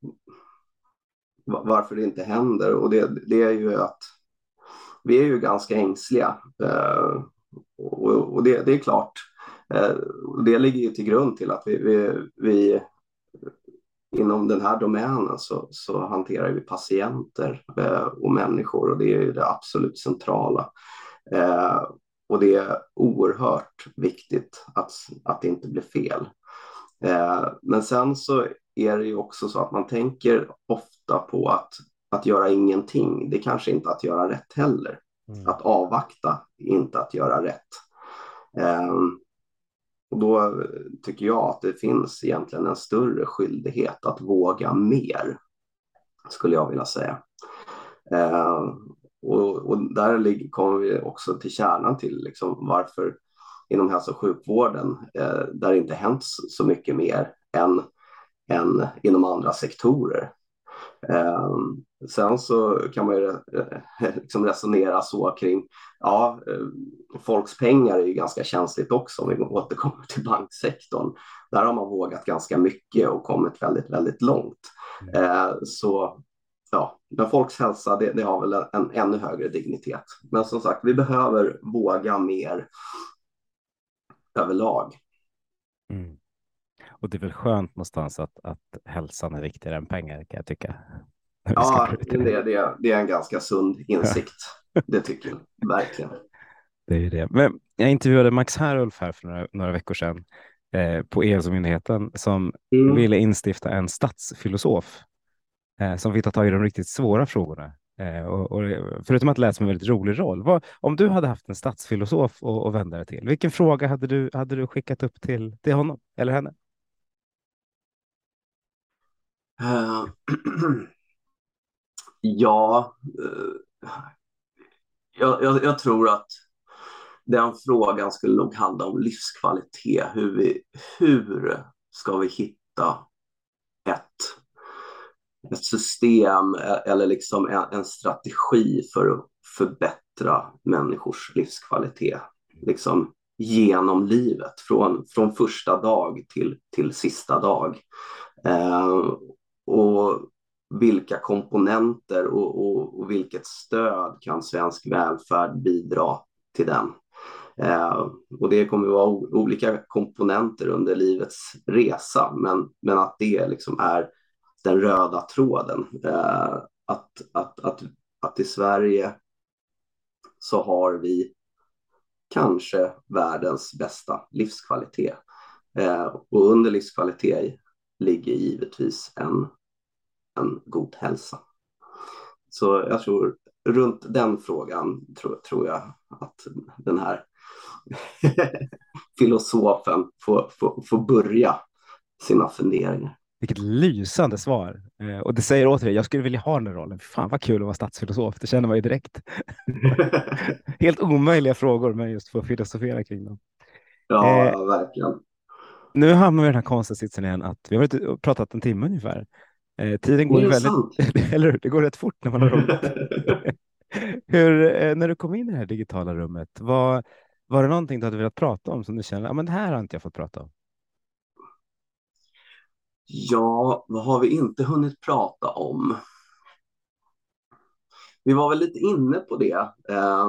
varför det inte händer. Och det, det är ju att vi är ju ganska ängsliga. Eh, och och det, det är klart. Eh, och det ligger ju till grund till att vi, vi, vi inom den här domänen så, så hanterar vi patienter eh, och människor, och det är ju det absolut centrala. Eh, och det är oerhört viktigt att, att det inte blir fel. Eh, men sen så är det ju också så att man tänker ofta på att, att göra ingenting. Det kanske inte att göra rätt heller. Mm. Att avvakta, inte att göra rätt. Eh, och då tycker jag att det finns egentligen en större skyldighet att våga mer, skulle jag vilja säga. Eh, och, och där ligger, kommer vi också till kärnan till liksom varför inom hälso- och sjukvården eh, där det inte hänt så mycket mer än, än inom andra sektorer. Eh, sen så kan man ju eh, liksom resonera så kring, ja, eh, folks pengar är ju ganska känsligt också om vi återkommer till banksektorn. Där har man vågat ganska mycket och kommit väldigt, väldigt långt. Eh, så ja, men folks hälsa, det, det har väl en, en ännu högre dignitet. Men som sagt, vi behöver våga mer överlag. Mm. Och det är väl skönt någonstans att, att hälsan är viktigare än pengar, kan jag tycka. Ja, det, det, det är en ganska sund insikt. Det tycker jag, verkligen. Det är ju det. Men jag intervjuade Max Herulf här för några, några veckor sedan eh, på E-hälsomyndigheten som Mm. ville instifta en statsfilosof eh, som fick ta tag i de riktigt svåra frågorna. Eh, och, och, förutom att det lät som en väldigt rolig roll. Vad, om du hade haft en statsfilosof och, och vända dig till, vilken fråga hade du, hade du skickat upp till, till honom eller henne? Uh, ja, uh, jag, jag, jag tror att den frågan skulle nog handla om livskvalitet. Hur, vi, hur ska vi hitta ett, ett system eller liksom en, en strategi för att förbättra människors livskvalitet liksom genom livet, från, från första dag till, till sista dag. Eh, och vilka komponenter och, och, och vilket stöd kan svensk välfärd bidra till den? Eh, och det kommer att vara o- olika komponenter under livets resa, men, men att det liksom är den röda tråden. Eh, att, att, att, att i Sverige så har vi kanske världens bästa livskvalitet. Eh, och under livskvalitet ligger givetvis en, en god hälsa. Så jag tror runt den frågan tror, tror jag att den här filosofen får, får, får börja sina funderingar. Vilket lysande svar. Eh, och det säger återigen, jag skulle vilja ha den rollen. Fan vad kul att vara statsfilosof, det känner man ju direkt. Helt omöjliga frågor, men just för att filosofera kring dem. Ja, Eh, verkligen. nu hamnar vi i den här konstiga sitsen igen att vi har varit och pratat en timme ungefär. Eh, tiden går Det är väldigt, sant. eller hur? Det går rätt fort när man har roligt. Hur, eh, när du kom in i det här digitala rummet, var, var det någonting du hade velat prata om som du känner, ja men det här har inte jag fått prata om? Ja, vad har vi inte hunnit prata om? Vi var väl lite inne på det eh,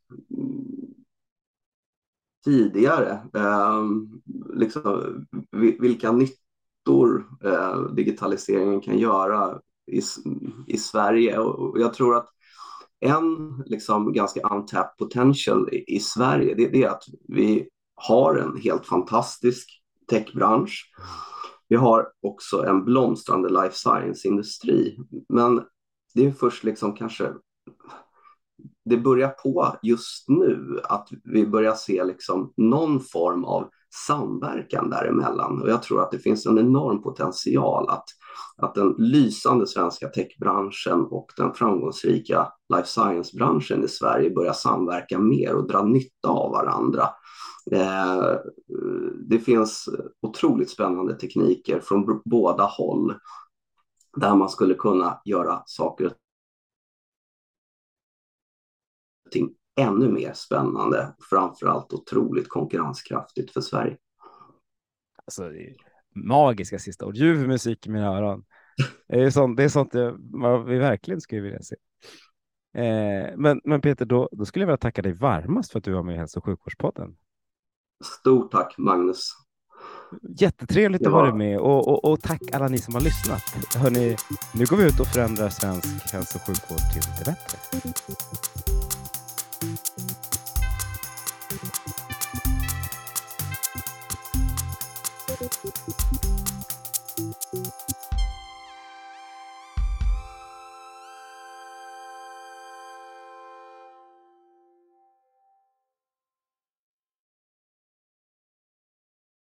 tidigare. Eh, liksom, vilka nyttor eh, digitaliseringen kan göra i, i Sverige. Och jag tror att en liksom, ganska untapped potential i, i Sverige, det, det är att vi har en helt fantastisk techbransch. Vi har också en blomstrande life science-industri. Men det är först liksom kanske, det börjar på just nu att vi börjar se liksom någon form av samverkan däremellan. Och jag tror att det finns en enorm potential att, att den lysande svenska techbranschen och den framgångsrika life science-branschen i Sverige börjar samverka mer och dra nytta av varandra. Eh, det finns otroligt spännande tekniker från båda håll där man skulle kunna göra saker och ting ännu mer spännande, framförallt otroligt konkurrenskraftigt för Sverige. Alltså, det är magiska sista ord, ljuv musik i mina öron. Det är sånt, det är sånt det, vi verkligen skulle vilja se. Eh, men, men Peter, då, då skulle jag vilja tacka dig varmast för att du var med i Hälso- och sjukvårdspodden. Stort tack, Magnus. Jättetrevligt att var... vara med och, och, och tack alla ni som har lyssnat. Hörrni, nu går vi ut och förändrar svensk hälso- och sjukvård till det bättre. Thank you.